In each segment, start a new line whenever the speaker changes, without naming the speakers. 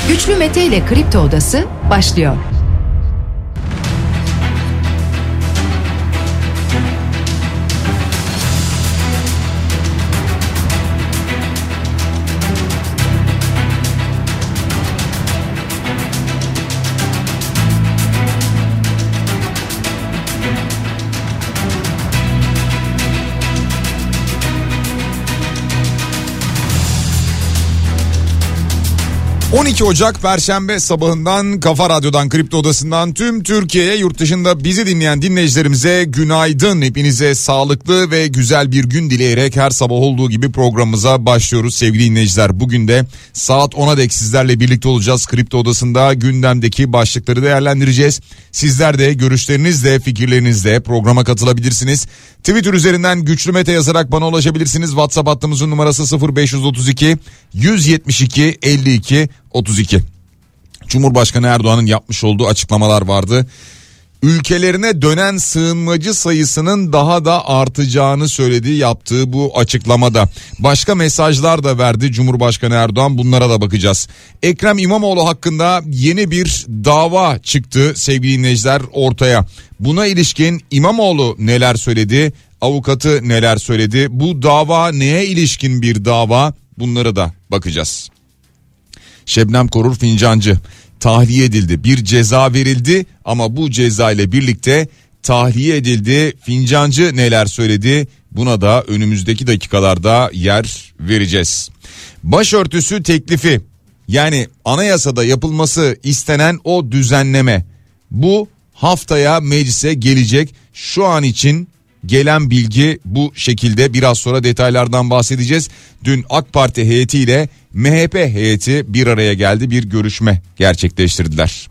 Güçlü Mete ile Kripto Odası başlıyor.
...12 Ocak Perşembe sabahından Kafa Radyo'dan, Kripto Odası'ndan tüm Türkiye'ye, yurt dışında bizi dinleyen dinleyicilerimize günaydın. Hepinize sağlıklı ve güzel bir gün dileyerek her sabah olduğu gibi programımıza başlıyoruz sevgili dinleyiciler. Bugün de saat 10'a dek sizlerle birlikte olacağız. Kripto Odası'nda gündemdeki başlıkları değerlendireceğiz. Sizler de görüşlerinizle, fikirlerinizle programa katılabilirsiniz. Twitter üzerinden Güçlü Mete yazarak bana ulaşabilirsiniz. WhatsApp hattımızın numarası 0532 172 52 32. Cumhurbaşkanı Erdoğan'ın yapmış olduğu açıklamalar vardı. Ülkelerine dönen sığınmacı sayısının daha da artacağını söyledi yaptığı bu açıklamada. Başka mesajlar da verdi Cumhurbaşkanı Erdoğan, bunlara da bakacağız. Ekrem İmamoğlu hakkında yeni bir dava çıktı sevgili dinleyiciler ortaya. Buna ilişkin İmamoğlu neler söyledi, avukatı neler söyledi, bu dava neye ilişkin bir dava, bunlara da bakacağız. Şebnem Korur Fincancı tahliye edildi. Bir ceza verildi ama bu ceza ile birlikte tahliye edildi. Fincancı neler söyledi? Buna da önümüzdeki dakikalarda yer vereceğiz. Başörtüsü teklifi, yani anayasada yapılması istenen o düzenleme, bu haftaya meclise gelecek. Şu an için gelen bilgi bu şekilde, biraz sonra detaylardan bahsedeceğiz. Dün AK Parti heyetiyle MHP heyeti bir araya geldi, bir görüşme gerçekleştirdiler.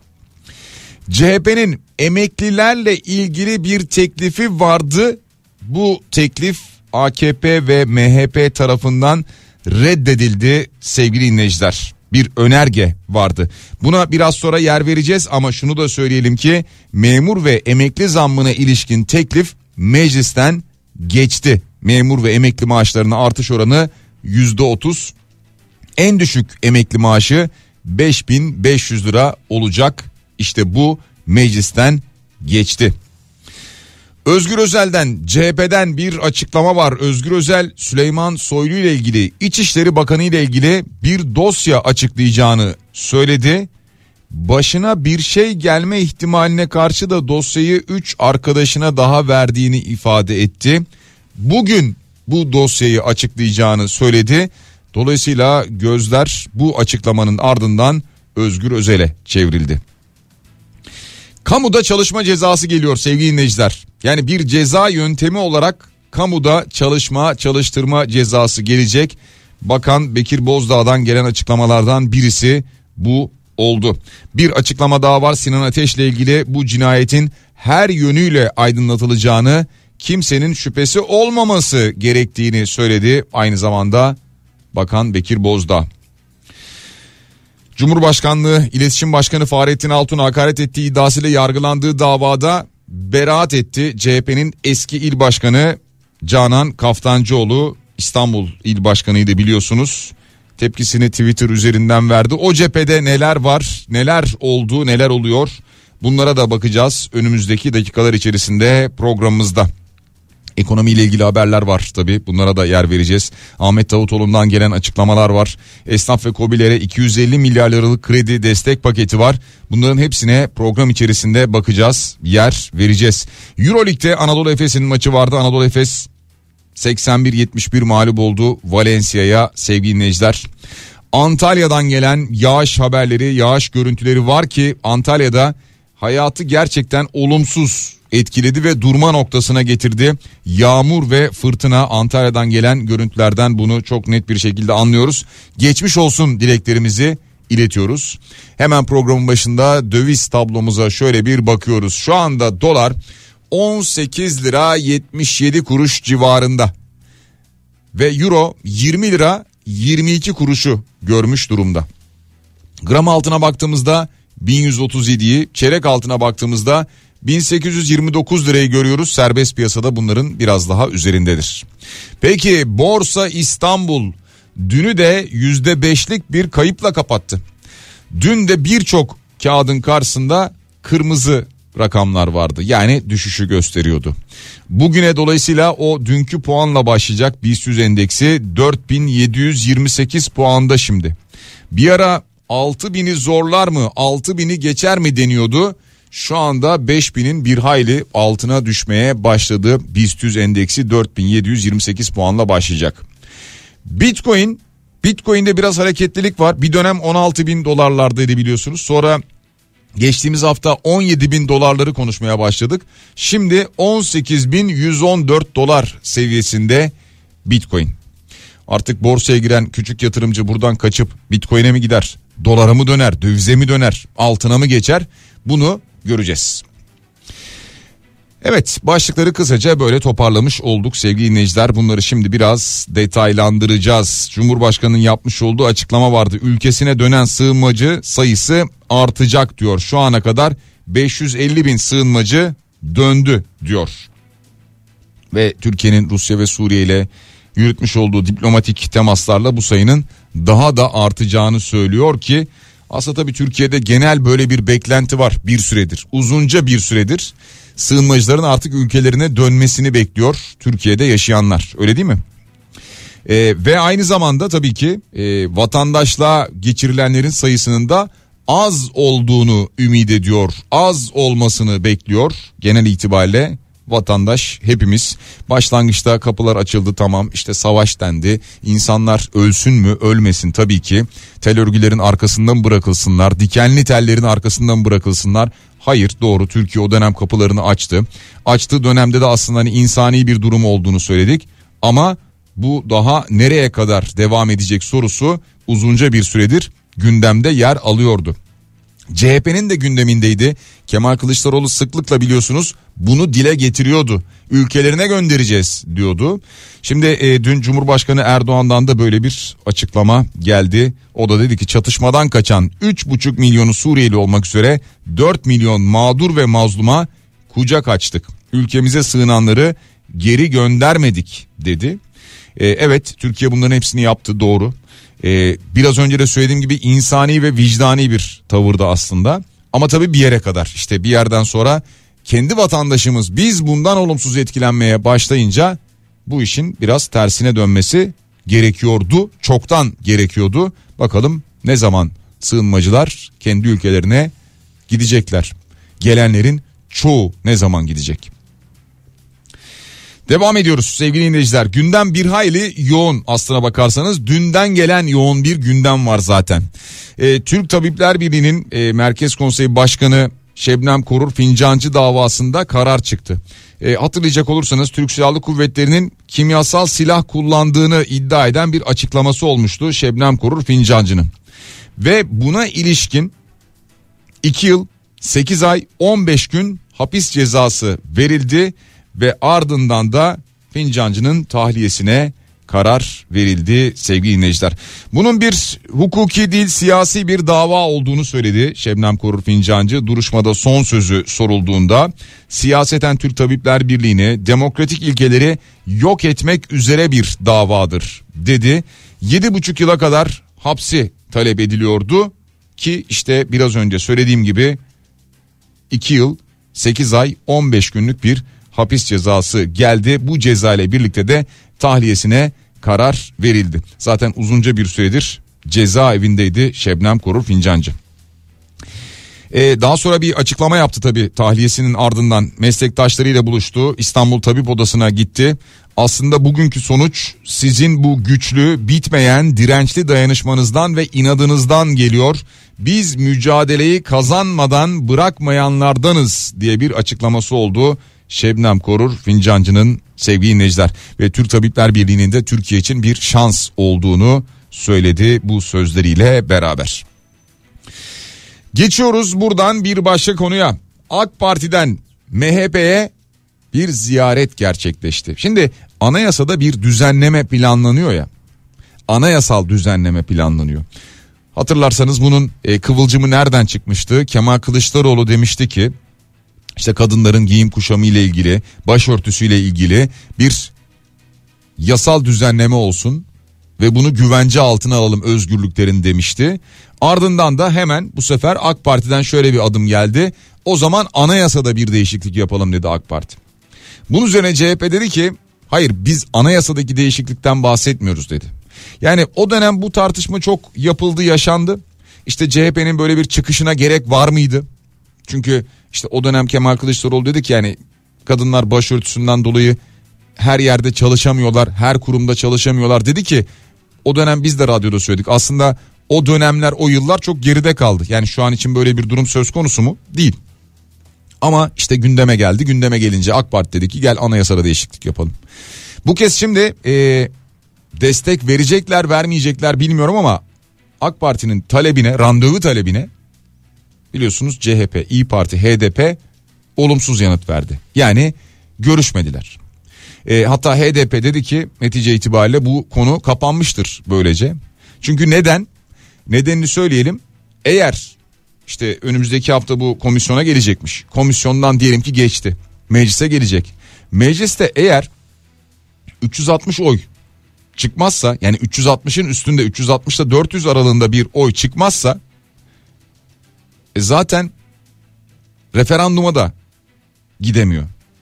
CHP'nin emeklilerle ilgili bir teklifi vardı. Bu teklif AKP ve MHP tarafından reddedildi sevgili dinleyiciler. Bir önerge vardı. Buna biraz sonra yer vereceğiz ama şunu da söyleyelim ki memur ve emekli zammına ilişkin teklif meclisten geçti. Memur ve emekli maaşlarına artış oranı %30. En düşük emekli maaşı 5.500 lira olacak. İşte bu meclisten geçti. Özgür Özel'den, CHP'den bir açıklama var. Özgür Özel, Süleyman Soylu ile ilgili, İçişleri Bakanı ile ilgili bir dosya açıklayacağını söyledi. Başına bir şey gelme ihtimaline karşı da dosyayı 3 arkadaşına daha verdiğini ifade etti. Bugün bu dosyayı açıklayacağını söyledi. Dolayısıyla gözler bu açıklamanın ardından Özgür Özel'e çevrildi. Kamuda çalışma cezası geliyor sevgili dinleyiciler. Yani bir ceza yöntemi olarak kamuda çalıştırma cezası gelecek. Bakan Bekir Bozdağ'dan gelen açıklamalardan birisi bu oldu. Bir açıklama daha var. Sinan Ateş'le ilgili bu cinayetin her yönüyle aydınlatılacağını, kimsenin şüphesi olmaması gerektiğini söyledi aynı zamanda Bakan Bekir Bozdağ. Cumhurbaşkanlığı İletişim Başkanı Fahrettin Altun'a hakaret ettiği iddiasıyla yargılandığı davada beraat etti. CHP'nin eski il başkanı Canan Kaftancıoğlu, İstanbul il başkanıydı biliyorsunuz. Tepkisini Twitter üzerinden verdi. O cephede neler var, neler oldu, neler oluyor, bunlara da bakacağız önümüzdeki dakikalar içerisinde programımızda. Ekonomiyle ilgili haberler var tabii, bunlara da yer vereceğiz. Ahmet Davutoğlu'ndan gelen açıklamalar var. Esnaf ve KOBİ'lere 250 milyar liralık kredi destek paketi var. Bunların hepsine program içerisinde bakacağız, yer vereceğiz. Euroleague'de Anadolu Efes'in maçı vardı. Anadolu Efes 81-71 mağlup oldu Valencia'ya sevgili dinleyiciler. Antalya'dan gelen yağış haberleri, yağış görüntüleri var ki Antalya'da hayatı gerçekten olumsuz etkiledi ve durma noktasına getirdi. Yağmur ve fırtına, Antalya'dan gelen görüntülerden bunu çok net bir şekilde anlıyoruz. Geçmiş olsun dileklerimizi iletiyoruz. Hemen programın başında döviz tablomuza şöyle bir bakıyoruz. Şu anda dolar 18 lira 77 kuruş civarında ve euro 20 lira 22 kuruşu görmüş durumda. Gram altına baktığımızda 1137'yi, çeyrek altına baktığımızda 1829 lirayı görüyoruz. Serbest piyasada bunların biraz daha üzerindedir. Peki Borsa İstanbul dünü de %5'lik bir kayıpla kapattı. Dün de birçok kağıdın karşısında kırmızı rakamlar vardı. Yani düşüşü gösteriyordu. Bugüne dolayısıyla o dünkü puanla başlayacak BIST 100 endeksi 4728 puanda şimdi. Bir ara 6000'i zorlar mı, 6000'i geçer mi deniyordu. Şu anda 5000'in bir hayli altına düşmeye başladı. BIST 100 endeksi 4728 puanla başlayacak. Bitcoin'de biraz hareketlilik var. Bir dönem 16.000 dolarlardaydı biliyorsunuz. Sonra geçtiğimiz hafta 17.000 dolarları konuşmaya başladık. Şimdi 18.114 dolar seviyesinde Bitcoin. Artık borsaya giren küçük yatırımcı buradan kaçıp Bitcoin'e mi gider? Dolara mı döner? Dövize mi döner? Altına mı geçer? Bunu göreceğiz. Evet, başlıkları kısaca böyle toparlamış olduk sevgili dinleyiciler. Bunları şimdi biraz detaylandıracağız. Cumhurbaşkanı'nın yapmış olduğu açıklama vardı. Ülkesine dönen sığınmacı sayısı artacak diyor. Şu ana kadar 550 bin sığınmacı döndü diyor. Ve Türkiye'nin Rusya ve Suriye ile yürütmüş olduğu diplomatik temaslarla bu sayının daha da artacağını söylüyor ki aslında tabii Türkiye'de genel böyle bir beklenti var bir süredir. Uzunca bir süredir sığınmacıların artık ülkelerine dönmesini bekliyor Türkiye'de yaşayanlar, öyle değil mi? Ve aynı zamanda tabii ki vatandaşlığa geçirilenlerin sayısının da az olduğunu ümit ediyor. Az olmasını bekliyor genel itibariyle vatandaş, hepimiz. Başlangıçta kapılar açıldı, tamam, işte savaş dendi. İnsanlar ölsün mü, ölmesin tabii ki. Tel örgülerin arkasından bırakılsınlar, dikenli tellerin arkasından bırakılsınlar. Hayır, doğru, Türkiye o dönem kapılarını açtı. Açtığı dönemde de aslında hani insani bir durum olduğunu söyledik. Ama bu daha nereye kadar devam edecek sorusu uzunca bir süredir gündemde yer alıyordu. CHP'nin de gündemindeydi. Kemal Kılıçdaroğlu sıklıkla biliyorsunuz bunu dile getiriyordu. Ülkelerine göndereceğiz diyordu. Şimdi dün Cumhurbaşkanı Erdoğan'dan da böyle bir açıklama geldi. O da dedi ki çatışmadan kaçan 3,5 milyonu Suriyeli olmak üzere 4 milyon mağdur ve mazluma kucak açtık. Ülkemize sığınanları geri göndermedik dedi. Evet, Türkiye bunların hepsini yaptı, doğru. Biraz önce de söylediğim gibi insani ve vicdani bir tavırda aslında. Ama tabii bir yere kadar, işte bir yerden sonra kendi vatandaşımız biz bundan olumsuz etkilenmeye başlayınca bu işin biraz tersine dönmesi gerekiyordu. Çoktan gerekiyordu. Bakalım ne zaman sığınmacılar kendi ülkelerine gidecekler? Gelenlerin çoğu ne zaman gidecek? Devam ediyoruz sevgili dinleyiciler. Gündem bir hayli yoğun aslına bakarsanız. Dünden gelen yoğun bir gündem var zaten. Türk Tabipler Birliği'nin Merkez Konseyi Başkanı Şebnem Korur Fincancı davasında karar çıktı. Hatırlayacak olursanız Türk Silahlı Kuvvetleri'nin kimyasal silah kullandığını iddia eden bir açıklaması olmuştu Şebnem Korur Fincancı'nın. Ve buna ilişkin 2 yıl 8 ay 15 gün hapis cezası verildi. Ve ardından da Fincancı'nın tahliyesine karar verildi sevgili dinleyiciler. Bunun bir hukuki değil siyasi bir dava olduğunu söyledi Şebnem Korur Fincancı. Duruşmada son sözü sorulduğunda siyaseten Türk Tabipler Birliği'ni demokratik ilkeleri yok etmek üzere bir davadır dedi. 7,5 yıla kadar hapsi talep ediliyordu ki işte biraz önce söylediğim gibi 2 yıl 8 ay 15 günlük bir hapis cezası geldi. Bu ceza ile birlikte de tahliyesine karar verildi. Zaten uzunca bir süredir cezaevindeydi Şebnem Korur Fincancı. Daha sonra bir açıklama yaptı tabii tahliyesinin ardından, meslektaşlarıyla buluştu. İstanbul Tabip Odası'na gitti. Aslında bugünkü sonuç sizin bu güçlü, bitmeyen, dirençli dayanışmanızdan ve inadınızdan geliyor. Biz mücadeleyi kazanmadan bırakmayanlardanız diye bir açıklaması oldu Şebnem Korur Fincancı'nın sevgili dinleyiciler. Ve Türk Tabipler Birliği'nin de Türkiye için bir şans olduğunu söyledi bu sözleriyle beraber. Geçiyoruz buradan bir başka konuya. AK Parti'den MHP'ye bir ziyaret gerçekleşti. Şimdi anayasada bir düzenleme planlanıyor ya. Anayasal düzenleme planlanıyor. Hatırlarsanız bunun kıvılcımı nereden çıkmıştı? Kemal Kılıçdaroğlu demişti ki işte kadınların giyim kuşamı ile ilgili, başörtüsüyle ilgili bir yasal düzenleme olsun. ve bunu güvence altına alalım özgürlüklerini demişti. Ardından da hemen bu sefer AK Parti'den şöyle bir adım geldi. O zaman anayasada bir değişiklik yapalım dedi AK Parti. Bunun üzerine CHP dedi ki hayır, biz anayasadaki değişiklikten bahsetmiyoruz dedi. Yani o dönem bu tartışma çok yapıldı, yaşandı. İşte CHP'nin böyle bir çıkışına gerek var mıydı? Çünkü işte o dönem Kemal Kılıçdaroğlu dedi ki yani kadınlar başörtüsünden dolayı her yerde çalışamıyorlar, her kurumda çalışamıyorlar. Dedi ki o dönem biz de radyoda söyledik. Aslında o dönemler, o yıllar çok geride kaldı. Yani şu an için böyle bir durum söz konusu mu? Değil. Ama işte gündeme geldi. Gündeme gelince AK Parti dedi ki gel anayasada değişiklik yapalım. Bu kez şimdi destek verecekler, vermeyecekler bilmiyorum ama AK Parti'nin talebine, randevu talebine biliyorsunuz CHP, İYİ Parti, HDP olumsuz yanıt verdi. Yani görüşmediler. Hatta HDP dedi ki netice itibariyle bu konu kapanmıştır böylece. Çünkü neden? Nedenini söyleyelim. Eğer işte önümüzdeki hafta bu komisyona gelecekmiş. Komisyondan diyelim ki geçti. Meclise gelecek. Mecliste eğer 360 oy çıkmazsa, yani 360'ın üstünde 360 ile 400 aralığında bir oy çıkmazsa zaten referanduma da gidemiyor.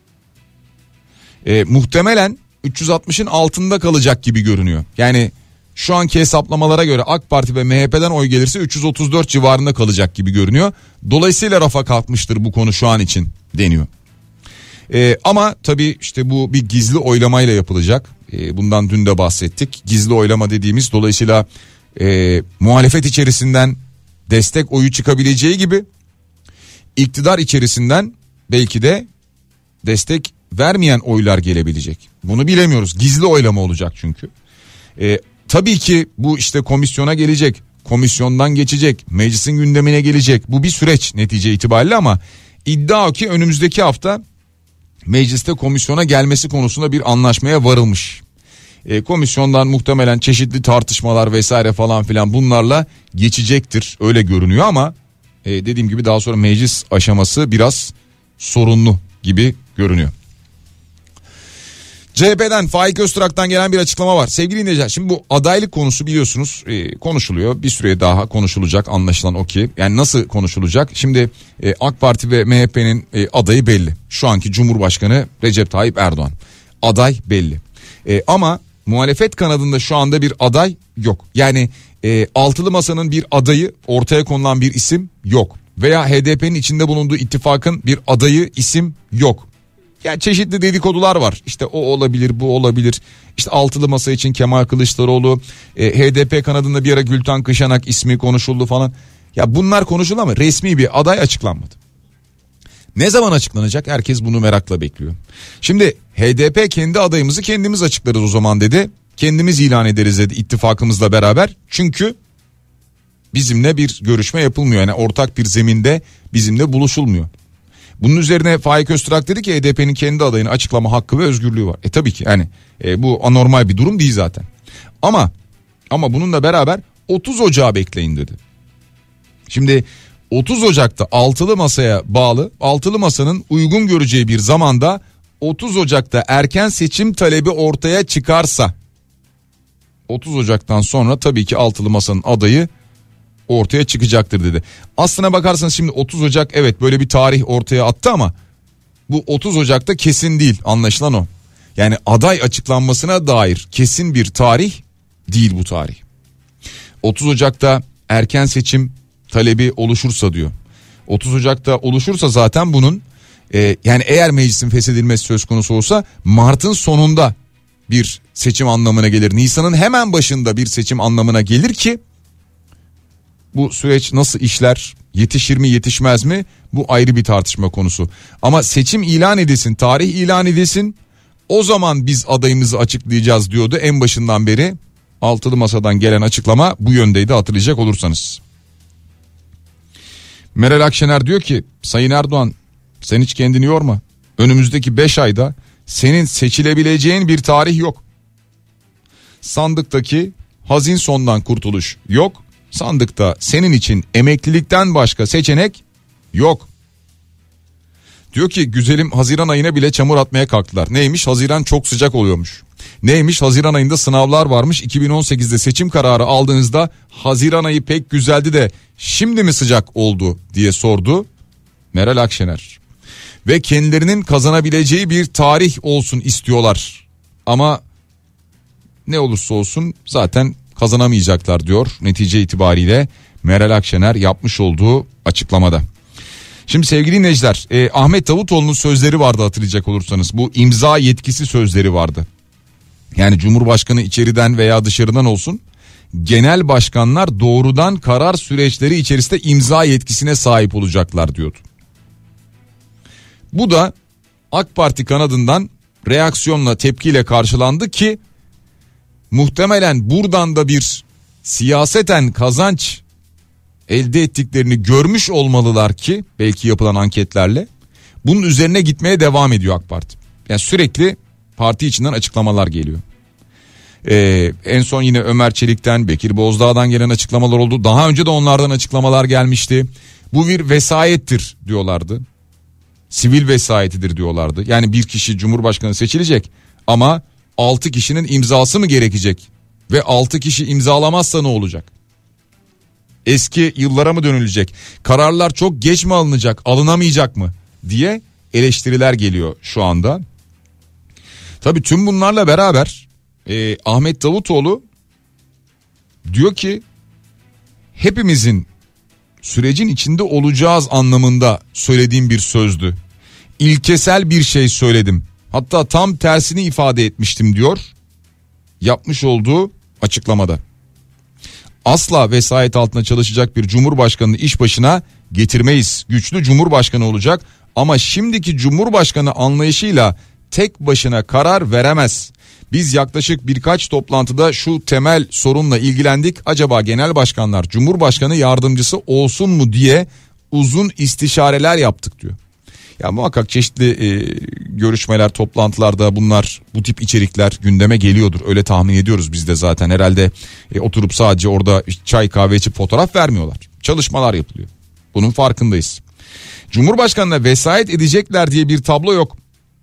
Muhtemelen 360'ın altında kalacak gibi görünüyor. Yani şu anki hesaplamalara göre AK Parti ve MHP'den oy gelirse 334 civarında kalacak gibi görünüyor. Dolayısıyla rafa kalkmıştır bu konu şu an için deniyor. Ama tabii işte bu bir gizli oylamayla yapılacak. Bundan dün de bahsettik. Gizli oylama dediğimiz dolayısıyla muhalefet içerisinden destek oyu çıkabileceği gibi iktidar içerisinden belki de destek vermeyen oylar gelebilecek. Bunu bilemiyoruz. Gizli oylama olacak çünkü. Tabii ki bu işte komisyona gelecek. Komisyondan geçecek. Meclisin gündemine gelecek. Bu bir süreç netice itibariyle ama iddia o ki önümüzdeki hafta mecliste komisyona gelmesi konusunda bir anlaşmaya varılmış. Komisyondan muhtemelen çeşitli tartışmalar vesaire falan filan bunlarla geçecektir. Öyle görünüyor ama dediğim gibi daha sonra meclis aşaması biraz sorunlu gibi görünüyor. CHP'den Faik Öztürk'ten gelen bir açıklama var. Sevgili dinleyiciler, şimdi bu adaylık konusu biliyorsunuz konuşuluyor. Bir süre daha konuşulacak, anlaşılan o ki. Yani nasıl konuşulacak? Şimdi AK Parti ve MHP'nin adayı belli. Şu anki Cumhurbaşkanı Recep Tayyip Erdoğan. Aday belli. Ama muhalefet kanadında şu anda bir aday yok. Yani altılı masanın bir adayı, ortaya konulan bir isim yok. Veya HDP'nin içinde bulunduğu ittifakın bir adayı, isim yok. Yani çeşitli dedikodular var. İşte o olabilir, bu olabilir. İşte altılı masa için Kemal Kılıçdaroğlu, HDP kanadında bir ara Gülten Kışanak ismi konuşuldu falan. Ya bunlar konuşuldu ama resmi bir aday açıklanmadı. Ne zaman açıklanacak? Herkes bunu merakla bekliyor. Şimdi HDP kendi adayımızı kendimiz açıklarız o zaman dedi. Kendimiz ilan ederiz dedi ittifakımızla beraber. Çünkü bizimle bir görüşme yapılmıyor. Yani ortak bir zeminde bizimle buluşulmuyor. Bunun üzerine Faik Öztürk dedi ki HDP'nin kendi adayını açıklama hakkı ve özgürlüğü var. Tabii ki yani bu anormal bir durum değil zaten. Ama bununla beraber 30 Ocağı bekleyin dedi. Şimdi 30 Ocak'ta altılı masaya bağlı, altılı masanın uygun göreceği bir zamanda 30 Ocak'ta erken seçim talebi ortaya çıkarsa 30 Ocak'tan sonra tabii ki altılı masanın adayı ortaya çıkacaktır dedi. Aslına bakarsanız şimdi 30 Ocak evet böyle bir tarih ortaya attı ama bu 30 Ocak'ta kesin değil, anlaşılan o. Yani aday açıklanmasına dair kesin bir tarih değil bu tarih. 30 Ocak'ta erken seçim talebi oluşursa diyor. 30 Ocak'ta oluşursa zaten bunun yani eğer meclisin feshedilmesi söz konusu olsa Mart'ın sonunda bir seçim anlamına gelir. Nisan'ın hemen başında bir seçim anlamına gelir ki bu süreç nasıl işler, yetişir mi yetişmez mi, bu ayrı bir tartışma konusu. Ama seçim ilan edilsin, tarih ilan edilsin, o zaman biz adayımızı açıklayacağız diyordu en başından beri. Altılı masadan gelen açıklama bu yöndeydi, hatırlayacak olursanız. Meral Akşener diyor ki Sayın Erdoğan sen hiç kendini yorma. Önümüzdeki 5 ayda senin seçilebileceğin bir tarih yok. Sandıktaki hazin sondan kurtuluş yok. Sandıkta senin için emeklilikten başka seçenek yok. Diyor ki güzelim Haziran ayına bile çamur atmaya kalktılar. Neymiş? Haziran çok sıcak oluyormuş. Neymiş? Haziran ayında sınavlar varmış. 2018'de seçim kararı aldığınızda Haziran ayı pek güzeldi de şimdi mi sıcak oldu diye sordu Meral Akşener. Ve kendilerinin kazanabileceği bir tarih olsun istiyorlar. Ama ne olursa olsun zaten kazanamayacaklar diyor netice itibariyle Meral Akşener yapmış olduğu açıklamada. Şimdi sevgili dinleyiciler, Ahmet Davutoğlu'nun sözleri vardı hatırlayacak olursanız. Bu imza yetkisi sözleri vardı. Yani Cumhurbaşkanı içeriden veya dışarıdan olsun, genel başkanlar doğrudan karar süreçleri içerisinde imza yetkisine sahip olacaklar diyordu. Bu da AK Parti kanadından reaksiyonla, tepkiyle karşılandı ki muhtemelen buradan da bir siyaseten kazanç elde ettiklerini görmüş olmalılar ki belki yapılan anketlerle bunun üzerine gitmeye devam ediyor AK Parti. Yani sürekli parti içinden açıklamalar geliyor. En son yine Ömer Çelik'ten, Bekir Bozdağ'dan gelen açıklamalar oldu. Daha önce de onlardan açıklamalar gelmişti. Bu bir vesayettir diyorlardı. Sivil vesayetidir diyorlardı. Yani bir kişi Cumhurbaşkanı seçilecek ama 6 kişinin imzası mı gerekecek? Ve 6 kişi imzalamazsa ne olacak? Eski yıllara mı dönülecek? Kararlar çok geç mi alınacak? Alınamayacak mı? Diye eleştiriler geliyor şu anda. Tabii tüm bunlarla beraber Ahmet Davutoğlu diyor ki hepimizin sürecin içinde olacağız anlamında söylediğim bir sözdü. İlkesel bir şey söyledim. Hatta tam tersini ifade etmiştim diyor. Yapmış olduğu açıklamada. Asla vesayet altında çalışacak bir cumhurbaşkanını iş başına getirmeyiz. Güçlü cumhurbaşkanı olacak ama şimdiki cumhurbaşkanı anlayışıyla tek başına karar veremez. Biz yaklaşık birkaç toplantıda şu temel sorunla ilgilendik. Acaba genel başkanlar cumhurbaşkanı yardımcısı olsun mu diye uzun istişareler yaptık diyor. Ya muhakkak çeşitli görüşmeler, toplantılarda bu tip içerikler gündeme geliyordur. Öyle tahmin ediyoruz biz de zaten. Herhalde oturup sadece orada çay kahve içip fotoğraf vermiyorlar. Çalışmalar yapılıyor. Bunun farkındayız. Cumhurbaşkanına vesayet edecekler diye bir tablo yok.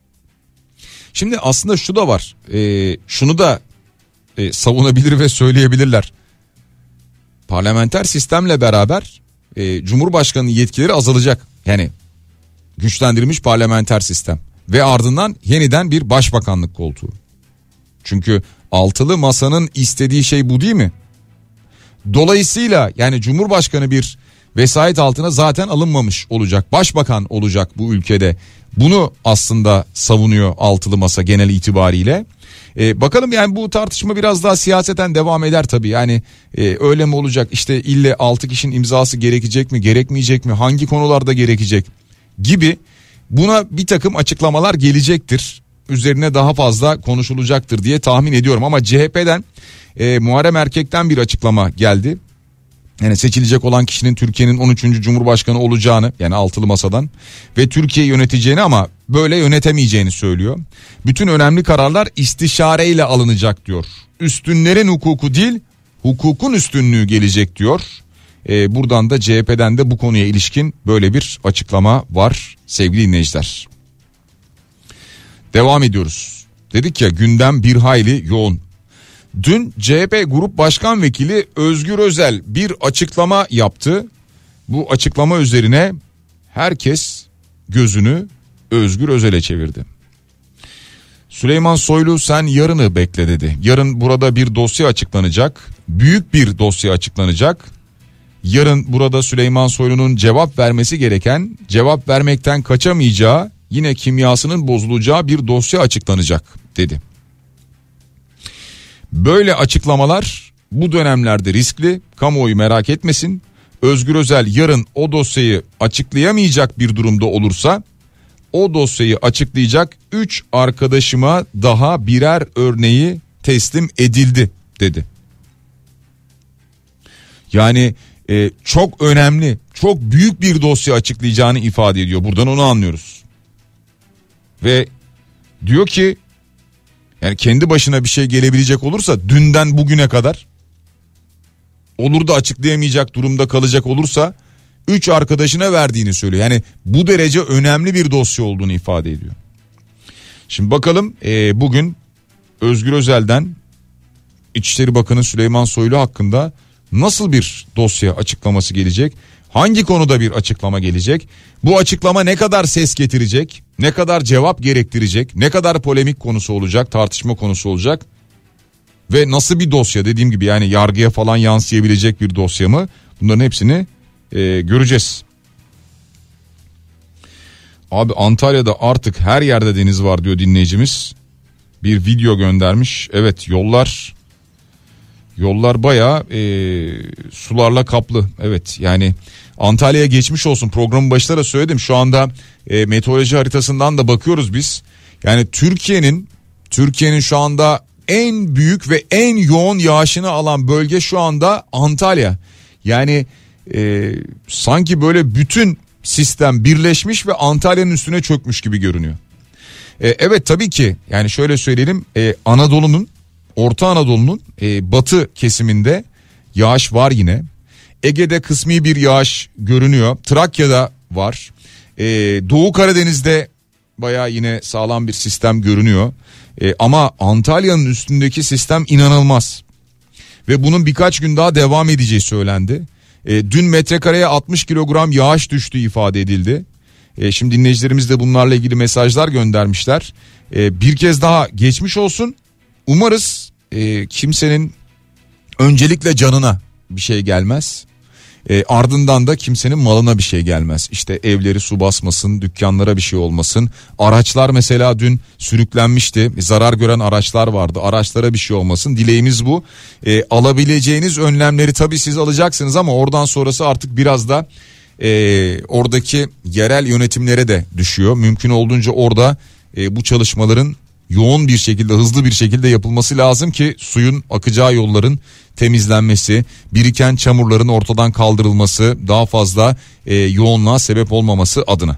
Şimdi aslında şu da var. Şunu da savunabilir ve söyleyebilirler. Parlamenter sistemle beraber Cumhurbaşkanı yetkileri azalacak. Yani güçlendirilmiş parlamenter sistem ve ardından yeniden bir başbakanlık koltuğu. Çünkü altılı masanın istediği şey bu değil mi? Dolayısıyla yani Cumhurbaşkanı bir vesayet altına zaten alınmamış olacak. Başbakan olacak bu ülkede. Bunu aslında savunuyor altılı masa genel itibariyle. Bakalım yani bu tartışma biraz daha siyaseten devam eder tabii. Yani öyle mi olacak, işte ille 6 kişinin imzası gerekecek mi, gerekmeyecek mi, hangi konularda gerekecek gibi buna bir takım açıklamalar gelecektir. Üzerine daha fazla konuşulacaktır diye tahmin ediyorum. Ama CHP'den Muharrem Erkek'ten bir açıklama geldi. Yani seçilecek olan kişinin Türkiye'nin 13. Cumhurbaşkanı olacağını, yani altılı masadan ve Türkiye'yi yöneteceğini ama böyle yönetemeyeceğini söylüyor. Bütün önemli kararlar istişareyle alınacak diyor. Üstünlerin hukuku değil, hukukun üstünlüğü gelecek diyor. Buradan da CHP'den de bu konuya ilişkin böyle bir açıklama var sevgili dinleyiciler. Devam ediyoruz. Dedik ya gündem bir hayli yoğun. Dün CHP Grup Başkan Vekili Özgür Özel bir açıklama yaptı. Bu açıklama üzerine herkes gözünü Özgür Özel'e çevirdi. Süleyman Soylu sen yarını bekle dedi. Yarın burada bir dosya açıklanacak. Büyük bir dosya açıklanacak. Yarın burada Süleyman Soylu'nun cevap vermesi gereken, cevap vermekten kaçamayacağı, yine kimyasının bozulacağı bir dosya açıklanacak dedi. Böyle açıklamalar bu dönemlerde riskli, kamuoyu merak etmesin. Özgür Özel yarın o dosyayı açıklayamayacak bir durumda olursa o dosyayı açıklayacak 3 arkadaşıma daha birer örneği teslim edildi dedi. Yani çok önemli, çok büyük bir dosya açıklayacağını ifade ediyor. Buradan onu anlıyoruz. Ve diyor ki yani kendi başına bir şey gelebilecek olursa dünden bugüne kadar olur da açıklayamayacak durumda kalacak olursa 3 arkadaşına verdiğini söylüyor. Yani bu derece önemli bir dosya olduğunu ifade ediyor. Şimdi bakalım bugün Özgür Özel'den İçişleri Bakanı Süleyman Soylu hakkında nasıl bir dosya açıklaması gelecek? Hangi konuda bir açıklama gelecek? Bu açıklama ne kadar ses getirecek? Ne kadar cevap gerektirecek? Ne kadar polemik konusu olacak? Tartışma konusu olacak? Ve nasıl bir dosya, dediğim gibi yani yargıya falan yansıyabilecek bir dosya mı? Bunların hepsini göreceğiz. Abi Antalya'da artık her yerde deniz var diyor dinleyicimiz. Bir video göndermiş. Evet, yollar bayağı sularla kaplı. Evet, yani Antalya'ya geçmiş olsun. Programın başında da söyledim. Şu anda meteoroloji haritasından da bakıyoruz biz. Yani Türkiye'nin şu anda en büyük ve en yoğun yağışını alan bölge şu anda Antalya. Yani sanki böyle bütün sistem birleşmiş ve Antalya'nın üstüne çökmüş gibi görünüyor. Evet, tabii ki yani şöyle söyleyelim, Orta Anadolu'nun batı kesiminde yağış var yine. Ege'de kısmi bir yağış görünüyor. Trakya'da var. Doğu Karadeniz'de bayağı yine sağlam bir sistem görünüyor. Ama Antalya'nın üstündeki sistem inanılmaz. Ve bunun birkaç gün daha devam edeceği söylendi. Dün metrekareye 60 kilogram yağış düştüğü ifade edildi. Şimdi dinleyicilerimiz de bunlarla ilgili mesajlar göndermişler. Bir kez daha geçmiş olsun. Umarız kimsenin öncelikle canına bir şey gelmez. Ardından da kimsenin malına bir şey gelmez. İşte evleri su basmasın, dükkanlara bir şey olmasın. Araçlar mesela dün sürüklenmişti. Zarar gören araçlar vardı. Araçlara bir şey olmasın. Dileğimiz bu. Alabileceğiniz önlemleri tabii siz alacaksınız ama oradan sonrası artık biraz da oradaki yerel yönetimlere de düşüyor. Mümkün olduğunca orada bu çalışmaların yoğun bir şekilde, hızlı bir şekilde yapılması lazım ki suyun akacağı yolların temizlenmesi, biriken çamurların ortadan kaldırılması, daha fazla yoğunluğa sebep olmaması adına.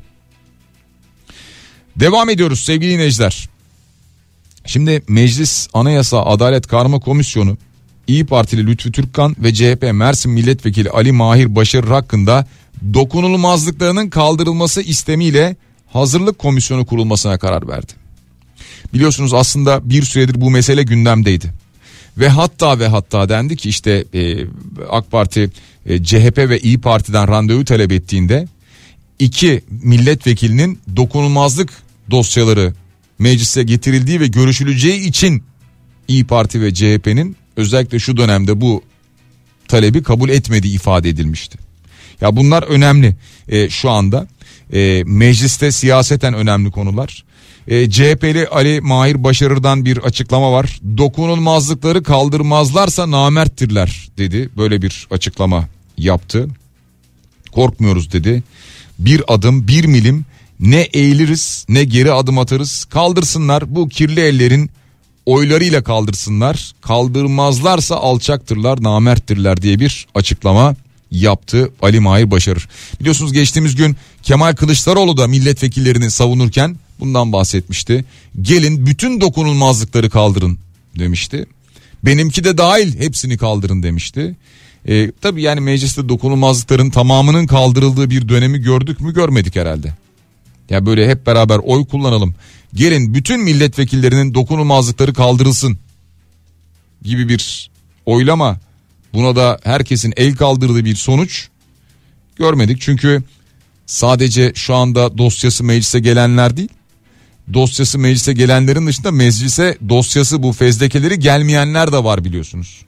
Devam ediyoruz sevgili dinleyiciler. Şimdi Meclis Anayasa Adalet Karma Komisyonu İYİ Partili Lütfü Türkkan ve CHP Mersin Milletvekili Ali Mahir Başarır hakkında dokunulmazlıklarının kaldırılması istemiyle hazırlık komisyonu kurulmasına karar verdi. Biliyorsunuz aslında bir süredir bu mesele gündemdeydi. Ve hatta dendi ki işte AK Parti, CHP ve İYİ Parti'den randevu talep ettiğinde iki milletvekilinin dokunulmazlık dosyaları meclise getirildiği ve görüşüleceği için İYİ Parti ve CHP'nin özellikle şu dönemde bu talebi kabul etmediği ifade edilmişti. Ya bunlar önemli şu anda mecliste siyaseten önemli konular. CHP'li Ali Mahir Başarır'dan bir açıklama var. Dokunulmazlıkları kaldırmazlarsa namerttirler dedi. Böyle bir açıklama yaptı. Korkmuyoruz dedi. Bir adım, bir milim ne eğiliriz ne geri adım atarız. Kaldırsınlar, bu kirli ellerin oylarıyla kaldırsınlar. Kaldırmazlarsa alçaktırlar, namerttirler diye bir açıklama yaptı Ali Mahir Başarır. Biliyorsunuz geçtiğimiz gün Kemal Kılıçdaroğlu da milletvekillerini savunurken bundan bahsetmişti. Gelin bütün dokunulmazlıkları kaldırın demişti. Benimki de dahil hepsini kaldırın demişti. Tabii yani mecliste dokunulmazlıkların tamamının kaldırıldığı bir dönemi gördük mü, görmedik herhalde. Ya böyle hep beraber oy kullanalım, gelin bütün milletvekillerinin dokunulmazlıkları kaldırılsın gibi bir oylama, buna da herkesin el kaldırdığı bir sonuç görmedik. Çünkü sadece şu anda dosyası meclise gelenler değil, dosyası meclise gelenlerin dışında meclise dosyası, bu fezlekeleri gelmeyenler de var biliyorsunuz.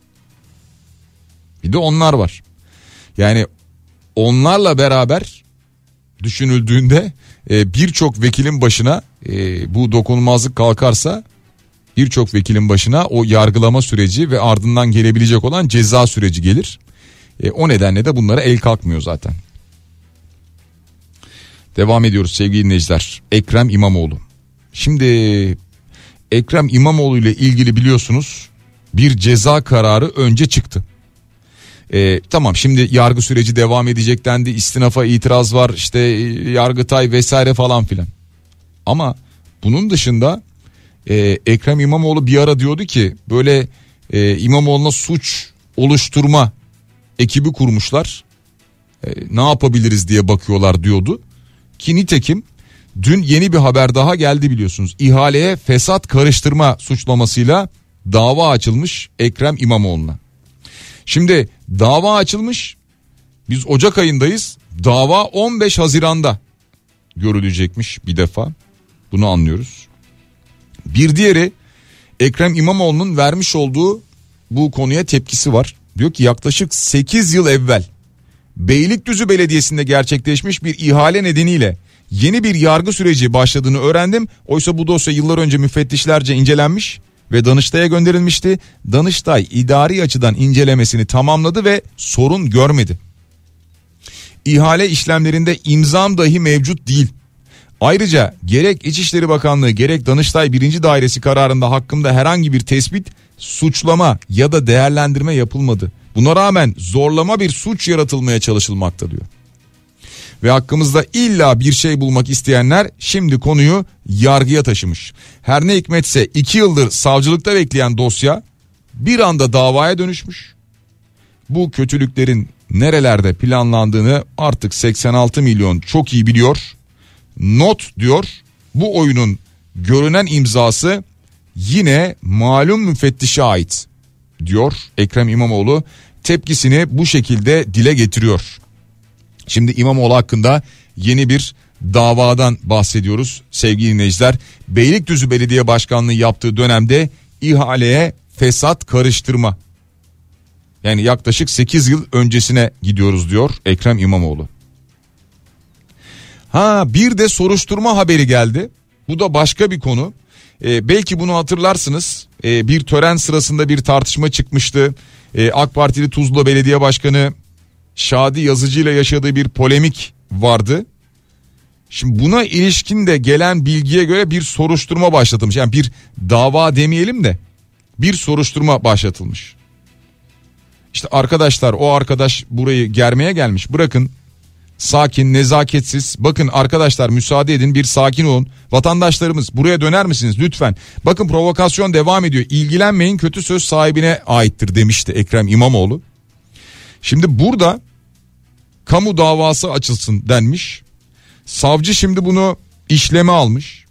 Bir de onlar var. Yani onlarla beraber düşünüldüğünde birçok vekilin başına bu dokunulmazlık kalkarsa birçok vekilin başına o yargılama süreci ve ardından gelebilecek olan ceza süreci gelir. O nedenle de bunlara el kalkmıyor zaten. Devam ediyoruz sevgili dinleyiciler. Ekrem İmamoğlu. Şimdi Ekrem İmamoğlu ile ilgili biliyorsunuz bir ceza kararı önce çıktı. Tamam, şimdi yargı süreci devam edecek dendi, istinafa itiraz var, işte Yargıtay vesaire falan filan. Ama bunun dışında Ekrem İmamoğlu bir ara diyordu ki böyle İmamoğlu'na suç oluşturma ekibi kurmuşlar. Ne yapabiliriz diye bakıyorlar diyordu. Ki nitekim dün yeni bir haber daha geldi biliyorsunuz. İhaleye fesat karıştırma suçlamasıyla dava açılmış Ekrem İmamoğlu'na. Şimdi dava açılmış. Biz Ocak ayındayız. Dava 15 Haziran'da görülecekmiş bir defa. Bunu anlıyoruz. Bir diğeri Ekrem İmamoğlu'nun vermiş olduğu bu konuya tepkisi var. Diyor ki yaklaşık 8 yıl evvel Beylikdüzü Belediyesi'nde gerçekleşmiş bir ihale nedeniyle yeni bir yargı süreci başladığını öğrendim. Oysa bu dosya yıllar önce müfettişlerce incelenmiş ve Danıştay'a gönderilmişti. Danıştay idari açıdan incelemesini tamamladı ve sorun görmedi. İhale işlemlerinde imzam dahi mevcut değil. Ayrıca gerek İçişleri Bakanlığı gerek Danıştay 1. Dairesi kararında hakkımda herhangi bir tespit, suçlama ya da değerlendirme yapılmadı. Buna rağmen zorlama bir suç yaratılmaya çalışılmakta diyor. Ve hakkımızda illa bir şey bulmak isteyenler şimdi konuyu yargıya taşımış. Her ne hikmetse 2 yıldır savcılıkta bekleyen dosya bir anda davaya dönüşmüş. Bu kötülüklerin nerelerde planlandığını artık 86 milyon çok iyi biliyor. Not diyor, bu oyunun görünen imzası yine malum müfettişe ait diyor Ekrem İmamoğlu. Tepkisini bu şekilde dile getiriyor. Şimdi İmamoğlu hakkında yeni bir davadan bahsediyoruz sevgili dinleyiciler. Beylikdüzü Belediye Başkanlığı yaptığı dönemde ihaleye fesat karıştırma. Yani yaklaşık 8 yıl öncesine gidiyoruz diyor Ekrem İmamoğlu. Bir de soruşturma haberi geldi. Bu da başka bir konu. Belki bunu hatırlarsınız. Bir tören sırasında bir tartışma çıkmıştı. AK Partili Tuzla Belediye Başkanı Şadi Yazıcı ile yaşadığı bir polemik vardı. Şimdi buna ilişkin de gelen bilgiye göre bir soruşturma başlatılmış. Yani bir dava demeyelim de bir soruşturma başlatılmış. İşte arkadaşlar, o arkadaş burayı germeye gelmiş. Bırakın, sakin, nezaketsiz. Bakın arkadaşlar, müsaade edin, bir sakin olun. Vatandaşlarımız, buraya döner misiniz lütfen? Bakın provokasyon devam ediyor. İlgilenmeyin, kötü söz sahibine aittir demişti Ekrem İmamoğlu. Şimdi burada kamu davası açılsın denmiş. Savcı şimdi bunu işleme almış.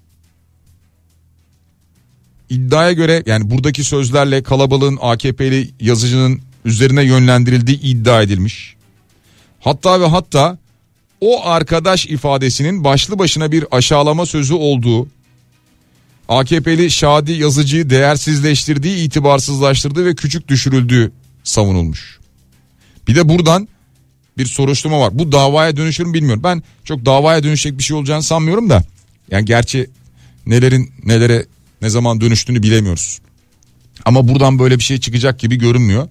İddiaya göre, yani buradaki sözlerle kalabalığın AKP'li yazıcının üzerine yönlendirildiği iddia edilmiş. Hatta ve hatta o arkadaş ifadesinin başlı başına bir aşağılama sözü olduğu, AKP'li Şadi Yazıcı'yı değersizleştirdiği, itibarsızlaştırdığı ve küçük düşürüldüğü savunulmuş. Bir de buradan bir soruşturma var. Bu davaya dönüşür mü bilmiyorum. Ben çok davaya dönüşecek bir şey olacağını sanmıyorum da. Yani gerçi nelerin nelere ne zaman dönüştüğünü bilemiyoruz. Ama buradan böyle bir şey çıkacak gibi görünmüyor.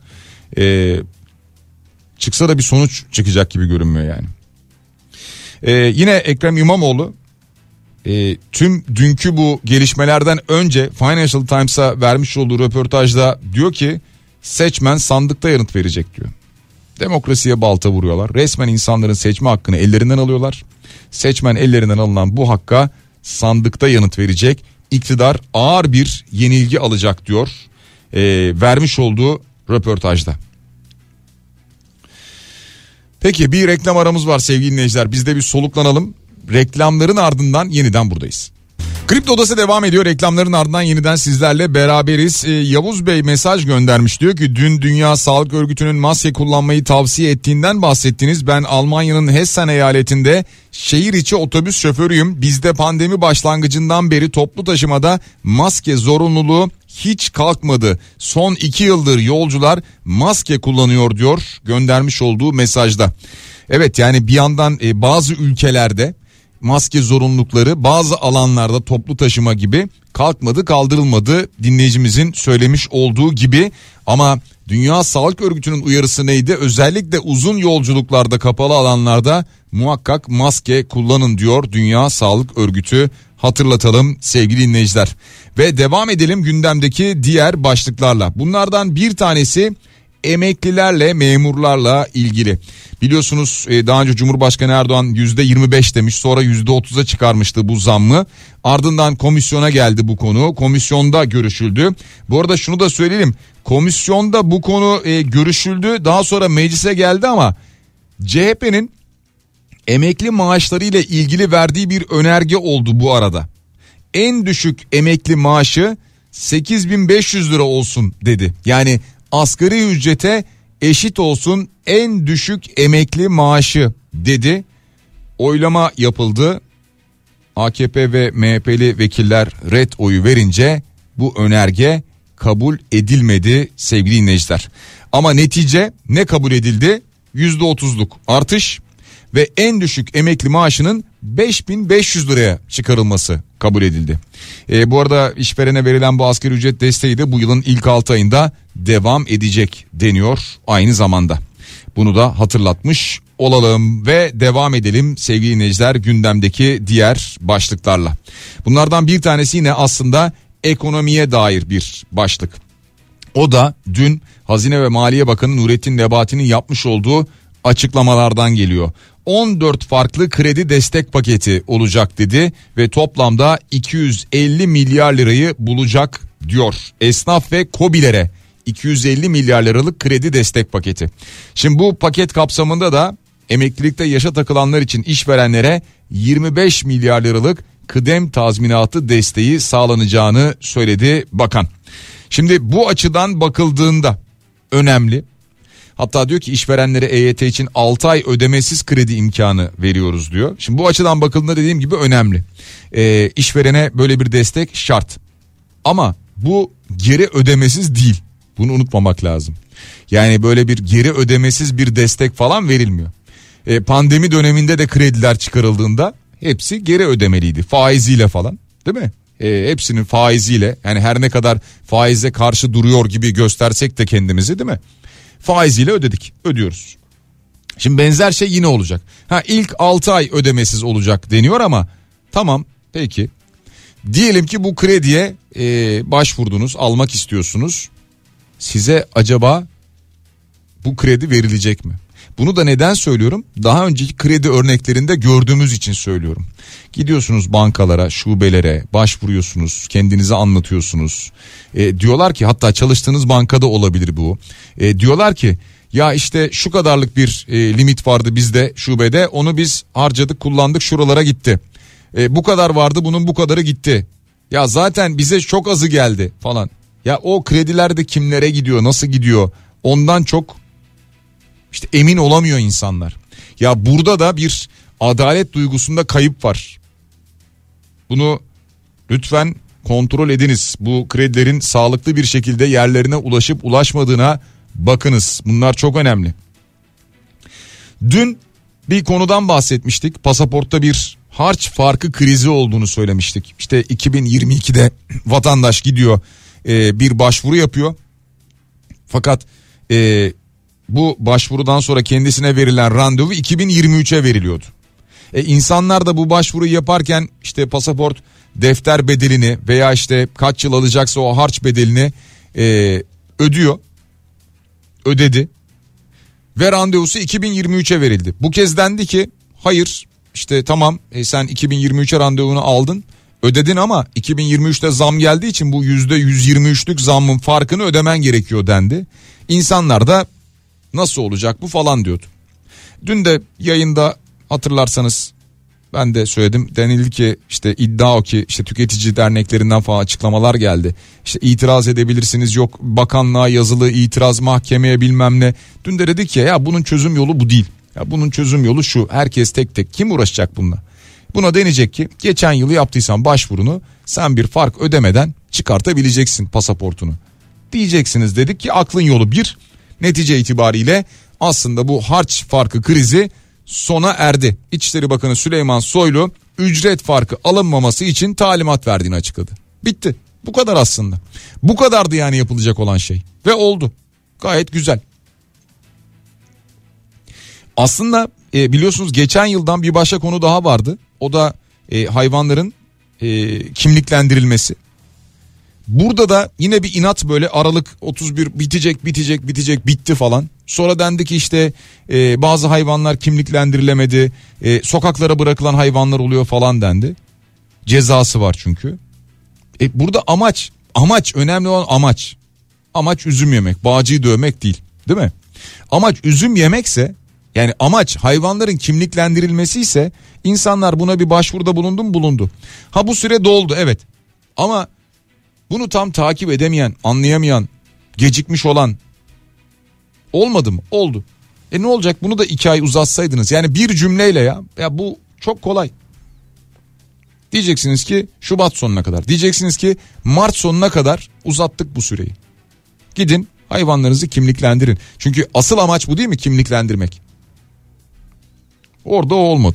Çıksa da bir sonuç çıkacak gibi görünmüyor yani. Yine Ekrem İmamoğlu tüm dünkü bu gelişmelerden önce Financial Times'a vermiş olduğu röportajda diyor ki seçmen sandıkta yanıt verecek diyor. Demokrasiye balta vuruyorlar. Resmen insanların seçme hakkını ellerinden alıyorlar. Seçmen ellerinden alınan bu hakka sandıkta yanıt verecek. İktidar ağır bir yenilgi alacak diyor vermiş olduğu röportajda. Peki, bir reklam aramız var sevgili dinleyiciler. Biz de bir soluklanalım. Reklamların ardından yeniden buradayız. Kripto Odası devam ediyor. Reklamların ardından yeniden sizlerle beraberiz. Yavuz Bey mesaj göndermiş. Diyor ki dün Dünya Sağlık Örgütü'nün maske kullanmayı tavsiye ettiğinden bahsettiniz. Ben Almanya'nın Hessen eyaletinde şehir içi otobüs şoförüyüm. Bizde pandemi başlangıcından beri toplu taşımada maske zorunluluğu hiç kalkmadı. Son 2 yıldır yolcular maske kullanıyor diyor göndermiş olduğu mesajda. Evet, yani bir yandan bazı ülkelerde maske zorunlulukları bazı alanlarda toplu taşıma gibi kalkmadı, kaldırılmadı dinleyicimizin söylemiş olduğu gibi, ama Dünya Sağlık Örgütü'nün uyarısı neydi? Özellikle uzun yolculuklarda, kapalı alanlarda muhakkak maske kullanın diyor Dünya Sağlık Örgütü. Hatırlatalım sevgili dinleyiciler. Ve devam edelim gündemdeki diğer başlıklarla. Bunlardan bir tanesi emeklilerle, memurlarla ilgili. Biliyorsunuz daha önce Cumhurbaşkanı Erdoğan %25 demiş, sonra %30'a çıkarmıştı bu zammı. Ardından komisyona geldi bu konu. Komisyonda görüşüldü. Bu arada şunu da söyleyelim. Komisyonda bu konu görüşüldü. Daha sonra meclise geldi ama CHP'nin emekli maaşları ile ilgili verdiği bir önerge oldu bu arada. En düşük emekli maaşı 8.500 lira olsun dedi. Yani asgari ücrete eşit olsun en düşük emekli maaşı dedi. Oylama yapıldı. AKP ve MHP'li vekiller red oyu verince bu önerge kabul edilmedi sevgili dinleyiciler. Ama netice ne kabul edildi? %30'luk artış ve en düşük emekli maaşının 5.500 liraya çıkarılması kabul edildi. Bu arada işverene verilen bu asgari ücret desteği de bu yılın ilk 6 ayında devam edecek deniyor aynı zamanda. Bunu da hatırlatmış olalım ve devam edelim sevgili dinleyiciler gündemdeki diğer başlıklarla. Bunlardan bir tanesi yine aslında ekonomiye dair bir başlık. O da dün Hazine ve Maliye Bakanı Nurettin Nebati'nin yapmış olduğu açıklamalardan geliyor. 14 farklı kredi destek paketi olacak dedi ve toplamda 250 milyar lirayı bulacak diyor. Esnaf ve KOBİ'lere 250 milyar liralık kredi destek paketi. Şimdi bu paket kapsamında da emeklilikte yaşa takılanlar için işverenlere 25 milyar liralık kıdem tazminatı desteği sağlanacağını söyledi bakan. Şimdi bu açıdan bakıldığında önemli. Hatta diyor ki işverenlere EYT için 6 ay ödemesiz kredi imkanı veriyoruz diyor. Şimdi bu açıdan bakıldığında dediğim gibi önemli. İşverene böyle bir destek şart. Ama bu geri ödemesiz değil. Bunu unutmamak lazım. Yani böyle bir geri ödemesiz bir destek falan verilmiyor. Pandemi döneminde de krediler çıkarıldığında hepsi geri ödemeliydi. Faiziyle falan, değil mi? Hepsinin faiziyle, yani her ne kadar faize karşı duruyor gibi göstersek de kendimizi, değil mi? Faiziyle ödüyoruz. Şimdi benzer şey yine olacak. İlk 6 ay ödemesiz olacak deniyor ama tamam peki. Diyelim ki bu krediye başvurdunuz, almak istiyorsunuz. Size acaba bu kredi verilecek mi? Bunu da neden söylüyorum? Daha önceki kredi örneklerinde gördüğümüz için söylüyorum. Gidiyorsunuz bankalara, şubelere, başvuruyorsunuz, kendinizi anlatıyorsunuz. Diyorlar ki, hatta çalıştığınız bankada olabilir bu. Diyorlar ki ya işte şu kadarlık bir limit vardı bizde şubede, onu biz harcadık, kullandık, şuralara gitti. Bu kadar vardı, bunun bu kadarı gitti. Ya zaten bize çok azı geldi falan. Ya o krediler de kimlere gidiyor, nasıl gidiyor? Ondan çok işte emin olamıyor insanlar. Ya burada da bir adalet duygusunda kayıp var. Bunu lütfen kontrol ediniz. Bu kredilerin sağlıklı bir şekilde yerlerine ulaşıp ulaşmadığına bakınız. Bunlar çok önemli. Dün bir konudan bahsetmiştik. Pasaportta bir harç farkı krizi olduğunu söylemiştik. İşte 2022'de vatandaş gidiyor, bir başvuru yapıyor. Fakat bu başvurudan sonra kendisine verilen randevu 2023'e veriliyordu. İnsanlar da bu başvuruyu yaparken işte pasaport defter bedelini veya işte kaç yıl alacaksa o harç bedelini ödedi ve randevusu 2023'e verildi. Bu kez dendi ki hayır, işte tamam, sen 2023'e randevunu aldın, ödedin ama 2023'te zam geldiği için bu %123'lük zammın farkını ödemen gerekiyor dendi. İnsanlar da nasıl olacak bu falan diyordu. Dün de yayında hatırlarsanız ben de söyledim, denildi ki işte iddia o ki işte tüketici derneklerinden falan açıklamalar geldi. İşte itiraz edebilirsiniz, yok bakanlığa yazılı itiraz, mahkemeye bilmem ne. Dün de dedik ya bunun çözüm yolu bu değil. Ya bunun çözüm yolu şu: herkes tek tek, kim uğraşacak bununla? Buna denecek ki geçen yılı yaptıysan başvurunu, sen bir fark ödemeden çıkartabileceksin pasaportunu. Diyeceksiniz dedik ki aklın yolu bir. Netice itibariyle aslında bu harç farkı krizi sona erdi. İçişleri Bakanı Süleyman Soylu ücret farkı alınmaması için talimat verdiğini açıkladı. Bitti. Bu kadar aslında. Bu kadardı yani yapılacak olan şey. Ve oldu. Gayet güzel. Aslında biliyorsunuz geçen yıldan bir başka konu daha vardı. O da hayvanların kimliklendirilmesi. Burada da yine bir inat, böyle Aralık 31 bitecek bitti falan. Sonra dendi ki işte bazı hayvanlar kimliklendirilemedi, sokaklara bırakılan hayvanlar oluyor falan dendi. Cezası var çünkü. Burada amaç önemli olan amaç üzüm yemek, bağcıyı dövmek değil mi? Amaç üzüm yemekse Yani amaç hayvanların kimliklendirilmesi ise insanlar buna bir başvuruda bulundu. Ha bu süre doldu evet ama bunu tam takip edemeyen, anlayamayan, gecikmiş olan olmadı mı? Oldu. Ne olacak, bunu da 2 ay uzatsaydınız yani bir cümleyle ya bu çok kolay. Diyeceksiniz ki Şubat sonuna kadar, diyeceksiniz ki Mart sonuna kadar uzattık bu süreyi. Gidin hayvanlarınızı kimliklendirin. Çünkü asıl amaç bu değil mi, kimliklendirmek? Orada o olmadı.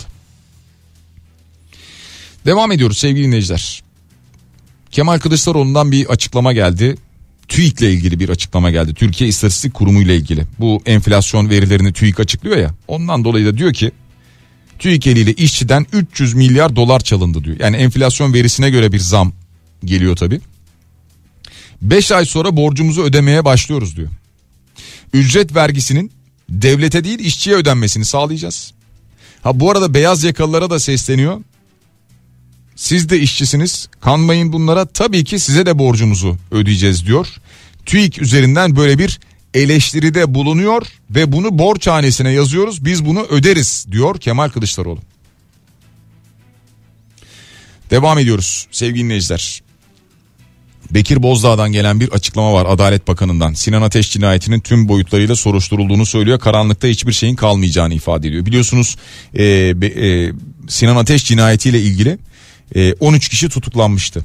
Devam ediyoruz sevgili dinleyiciler. Kemal Kılıçdaroğlu'ndan bir açıklama geldi. TÜİK'le ilgili bir açıklama geldi. Türkiye İstatistik Kurumu ile ilgili. Bu enflasyon verilerini TÜİK açıklıyor ya. Ondan dolayı da diyor ki TÜİK eliyle işçiden 300 milyar dolar çalındı diyor. Yani enflasyon verisine göre bir zam geliyor tabii. 5 ay sonra borcumuzu ödemeye başlıyoruz diyor. Ücret vergisinin devlete değil işçiye ödenmesini sağlayacağız. Ha bu arada beyaz yakalılara da sesleniyor. Siz de işçisiniz, kanmayın bunlara, tabii ki size de borcumuzu ödeyeceğiz diyor. TÜİK üzerinden böyle bir eleştiride bulunuyor ve bunu borçhanesine yazıyoruz, biz bunu öderiz diyor Kemal Kılıçdaroğlu. Devam ediyoruz sevgili dinleyiciler. Bekir Bozdağ'dan gelen bir açıklama var Adalet Bakanı'ndan. Sinan Ateş cinayetinin tüm boyutlarıyla soruşturulduğunu söylüyor. Karanlıkta hiçbir şeyin kalmayacağını ifade ediyor. Biliyorsunuz Sinan Ateş cinayetiyle ilgili 13 kişi tutuklanmıştı.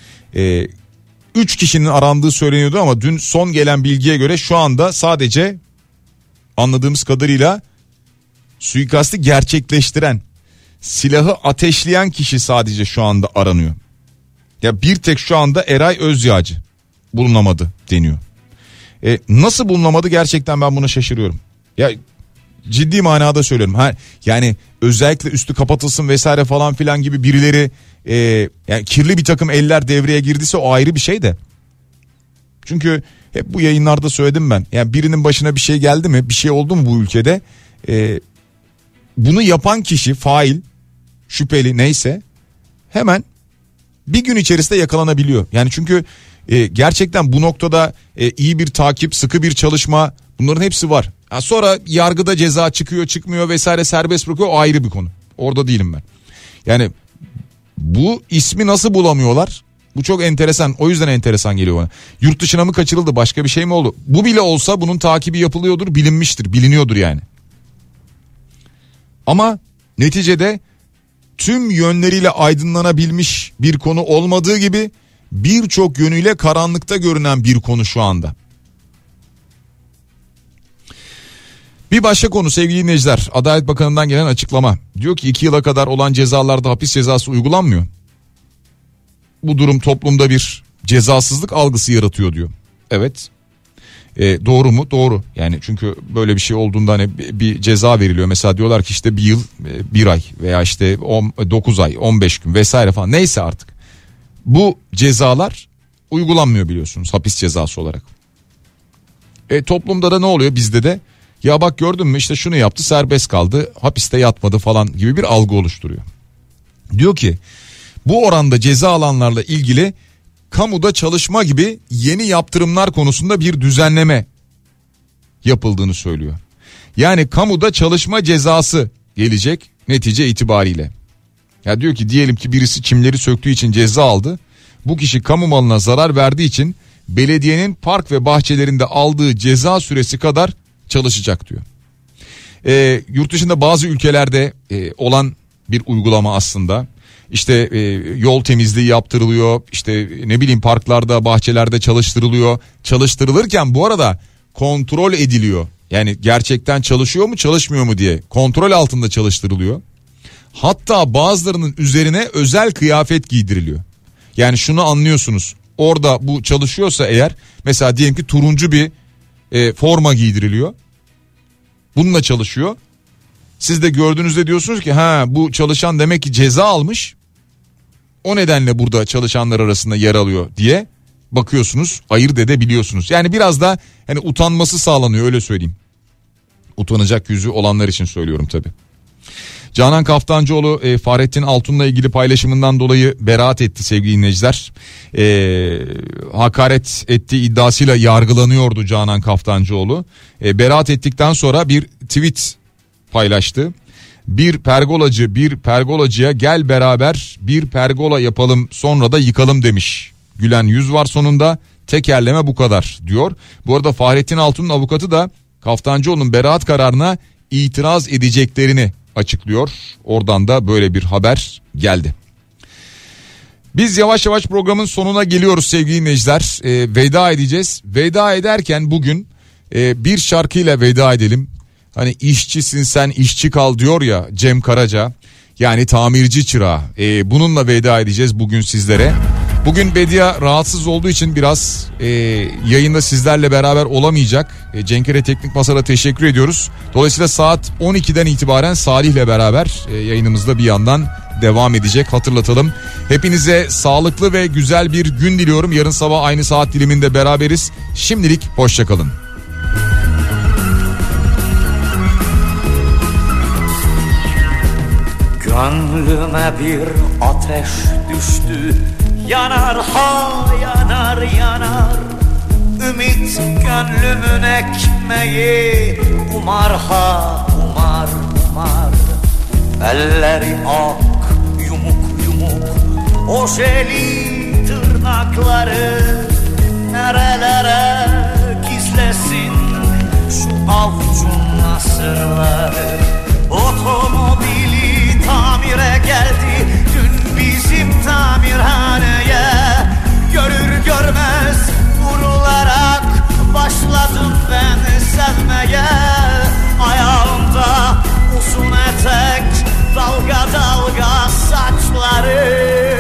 3 kişinin arandığı söyleniyordu ama dün son gelen bilgiye göre şu anda sadece anladığımız kadarıyla suikastı gerçekleştiren, silahı ateşleyen kişi sadece şu anda aranıyor. Ya bir tek şu anda Eray Özyağcı bulunamadı deniyor. Nasıl bulunamadı gerçekten ben buna şaşırıyorum. Ya ciddi manada söylüyorum. Yani özellikle üstü kapatılsın vesaire falan filan gibi birileri yani kirli bir takım eller devreye girdiyse o ayrı bir şey de. Çünkü hep bu yayınlarda söyledim ben. Yani birinin başına bir şey geldi mi, bir şey oldu mu bu ülkede, bunu yapan kişi, fail, şüpheli neyse hemen bir gün içerisinde yakalanabiliyor. Yani çünkü gerçekten bu noktada iyi bir takip, sıkı bir çalışma, bunların hepsi var. Sonra yargıda ceza çıkıyor çıkmıyor vesaire, serbest bırakıyor, o ayrı bir konu. Orada değilim ben. Yani bu ismi nasıl bulamıyorlar? Bu çok enteresan, o yüzden enteresan geliyor bana. Yurt dışına mı kaçırıldı, başka bir şey mi oldu? Bu bile olsa bunun takibi yapılıyordur, bilinmiştir, biliniyordur yani. Ama neticede tüm yönleriyle aydınlanabilmiş bir konu olmadığı gibi birçok yönüyle karanlıkta görünen bir konu şu anda. Bir başka konu sevgili dinleyiciler, Adalet Bakanı'ndan gelen açıklama. Diyor ki 2 yıla kadar olan cezalarda hapis cezası uygulanmıyor. Bu durum toplumda bir cezasızlık algısı yaratıyor diyor. Evet. Doğru mu? Doğru. Yani çünkü böyle bir şey olduğunda hani bir ceza veriliyor. Mesela diyorlar ki işte 1 yıl 1 ay veya işte 9 ay 15 gün vesaire falan, neyse artık. Bu cezalar uygulanmıyor biliyorsunuz hapis cezası olarak. Toplumda da ne oluyor bizde de? Ya bak gördün mü işte şunu yaptı, serbest kaldı, hapiste yatmadı falan gibi bir algı oluşturuyor. Diyor ki bu oranda ceza alanlarla ilgili kamuda çalışma gibi yeni yaptırımlar konusunda bir düzenleme yapıldığını söylüyor. Yani kamuda çalışma cezası gelecek netice itibariyle. Ya diyor ki diyelim ki birisi çimleri söktüğü için ceza aldı. Bu kişi kamu malına zarar verdiği için belediyenin park ve bahçelerinde aldığı ceza süresi kadar çalışacak diyor. Yurt dışında bazı ülkelerde olan bir uygulama aslında. İşte yol temizliği yaptırılıyor, işte ne bileyim parklarda, bahçelerde çalıştırılıyor. Çalıştırılırken bu arada kontrol ediliyor. Yani gerçekten çalışıyor mu çalışmıyor mu diye kontrol altında çalıştırılıyor. Hatta bazılarının üzerine özel kıyafet giydiriliyor. Yani şunu anlıyorsunuz, orada bu çalışıyorsa eğer, mesela diyelim ki turuncu bir forma giydiriliyor. Bununla çalışıyor. Siz de gördüğünüzde diyorsunuz ki bu çalışan demek ki ceza almış. O nedenle burada çalışanlar arasında yer alıyor diye bakıyorsunuz, ayırt edebiliyorsunuz. Yani biraz da hani utanması sağlanıyor, öyle söyleyeyim. Utanacak yüzü olanlar için söylüyorum tabii. Canan Kaftancıoğlu Fahrettin Altun'la ilgili paylaşımından dolayı beraat etti sevgili dinleyiciler. Hakaret ettiği iddiasıyla yargılanıyordu Canan Kaftancıoğlu. Beraat ettikten sonra bir tweet paylaştı. Bir pergolacıya gel beraber bir pergola yapalım sonra da yıkalım demiş. Gülen yüz var sonunda, tekerleme bu kadar diyor. Bu arada Fahrettin Altun'un avukatı da Kaftancıoğlu'nun beraat kararına itiraz edeceklerini açıklıyor. Oradan da böyle bir haber geldi. Biz yavaş yavaş programın sonuna geliyoruz sevgili dinleyiciler. Veda edeceğiz. Veda ederken bugün bir şarkıyla veda edelim. Hani işçisin sen işçi kal diyor ya Cem Karaca. Yani tamirci çırağı. Bununla veda edeceğiz bugün sizlere. Bugün Bedia rahatsız olduğu için biraz yayında sizlerle beraber olamayacak. Cenkere Teknik Masa'da teşekkür ediyoruz. Dolayısıyla saat 12'den itibaren Salih'le beraber yayınımızda bir yandan devam edecek, hatırlatalım. Hepinize sağlıklı ve güzel bir gün diliyorum. Yarın sabah aynı saat diliminde beraberiz. Şimdilik hoşçakalın.
Gönlüme bir ateş düştü, yanar ha yanar yanar. Ümit gönlümün ekmeği, umar ha umar umar. Elleri ak yumuk yumuk, ojeli tırnakları nerelere gizlesin şu avucun sırları. Otomobili tamire geldi dün bizim tamirhaneye. Görür görmez vurularak başladım ben sevmeye. Ayağımda uzun etek, dalga dalga saçları.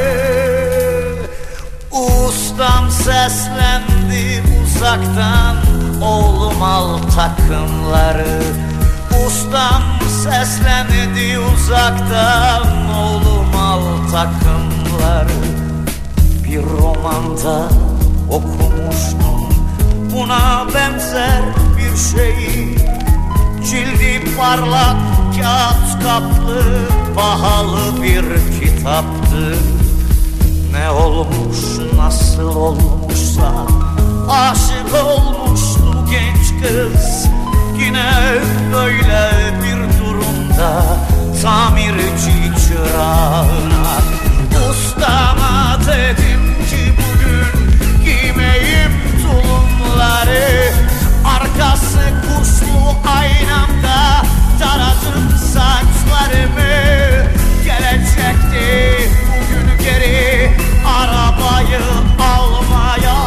Ustam seslendi uzaktan, oğlum al takımları. Ustam seslendi uzaktan, oğlum al takımları. Bir romanda okumuştum buna benzer bir şeyi. Cildi parlak kağıt kaplı, pahalı bir kitaptı. Ne olmuş nasıl olmuşsa aşık olmuştu genç kız. Yine böyle bir durumda tamirci çırağına. Ustama dedim ki bugün giymeyim tulumları. Arkası kuşlu aynamda taradım saçlarımı. Gelecekti bugün geri arabayı almaya.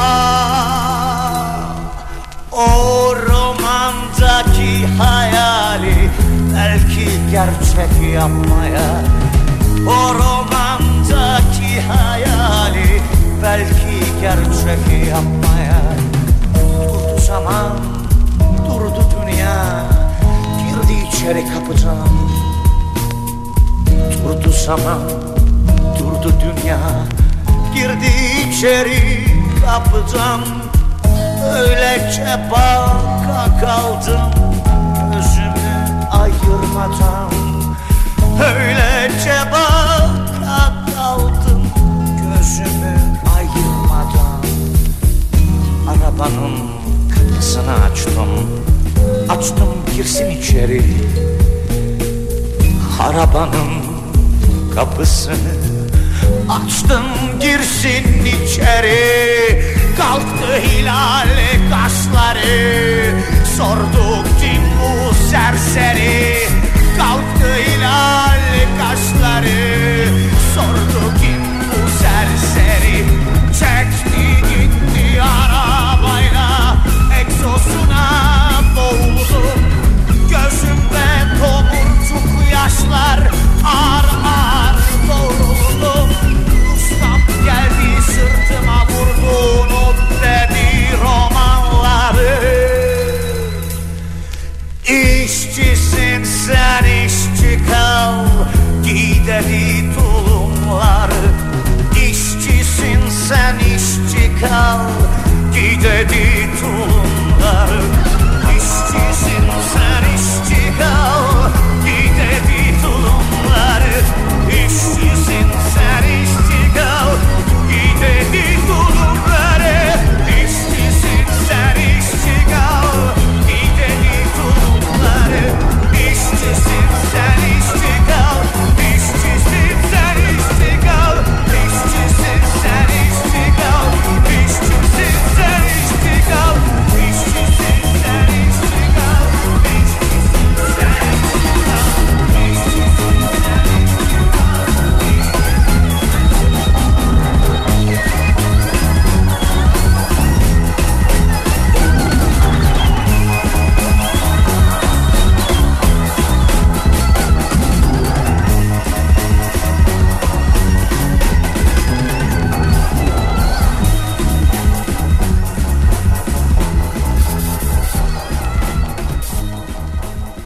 O romandaki hayali belki gerçek yapmaya. O romandaki hayali belki gerçek yapmaya. Durdu zaman, durdu dünya, girdi içeri kapıdan. Durdu zaman, durdu dünya, girdi içeri kapıdan. Öylece baka kaldım gözümü ayırmadan. Öylece baka kaldım gözümü ayırmadan. Arabanın kapısını açtım girsin içeri. Arabanın kapısını açtım girsin içeri. Kalktı hilal kaşları, sorduk kim bu serseri. Kalktı hilal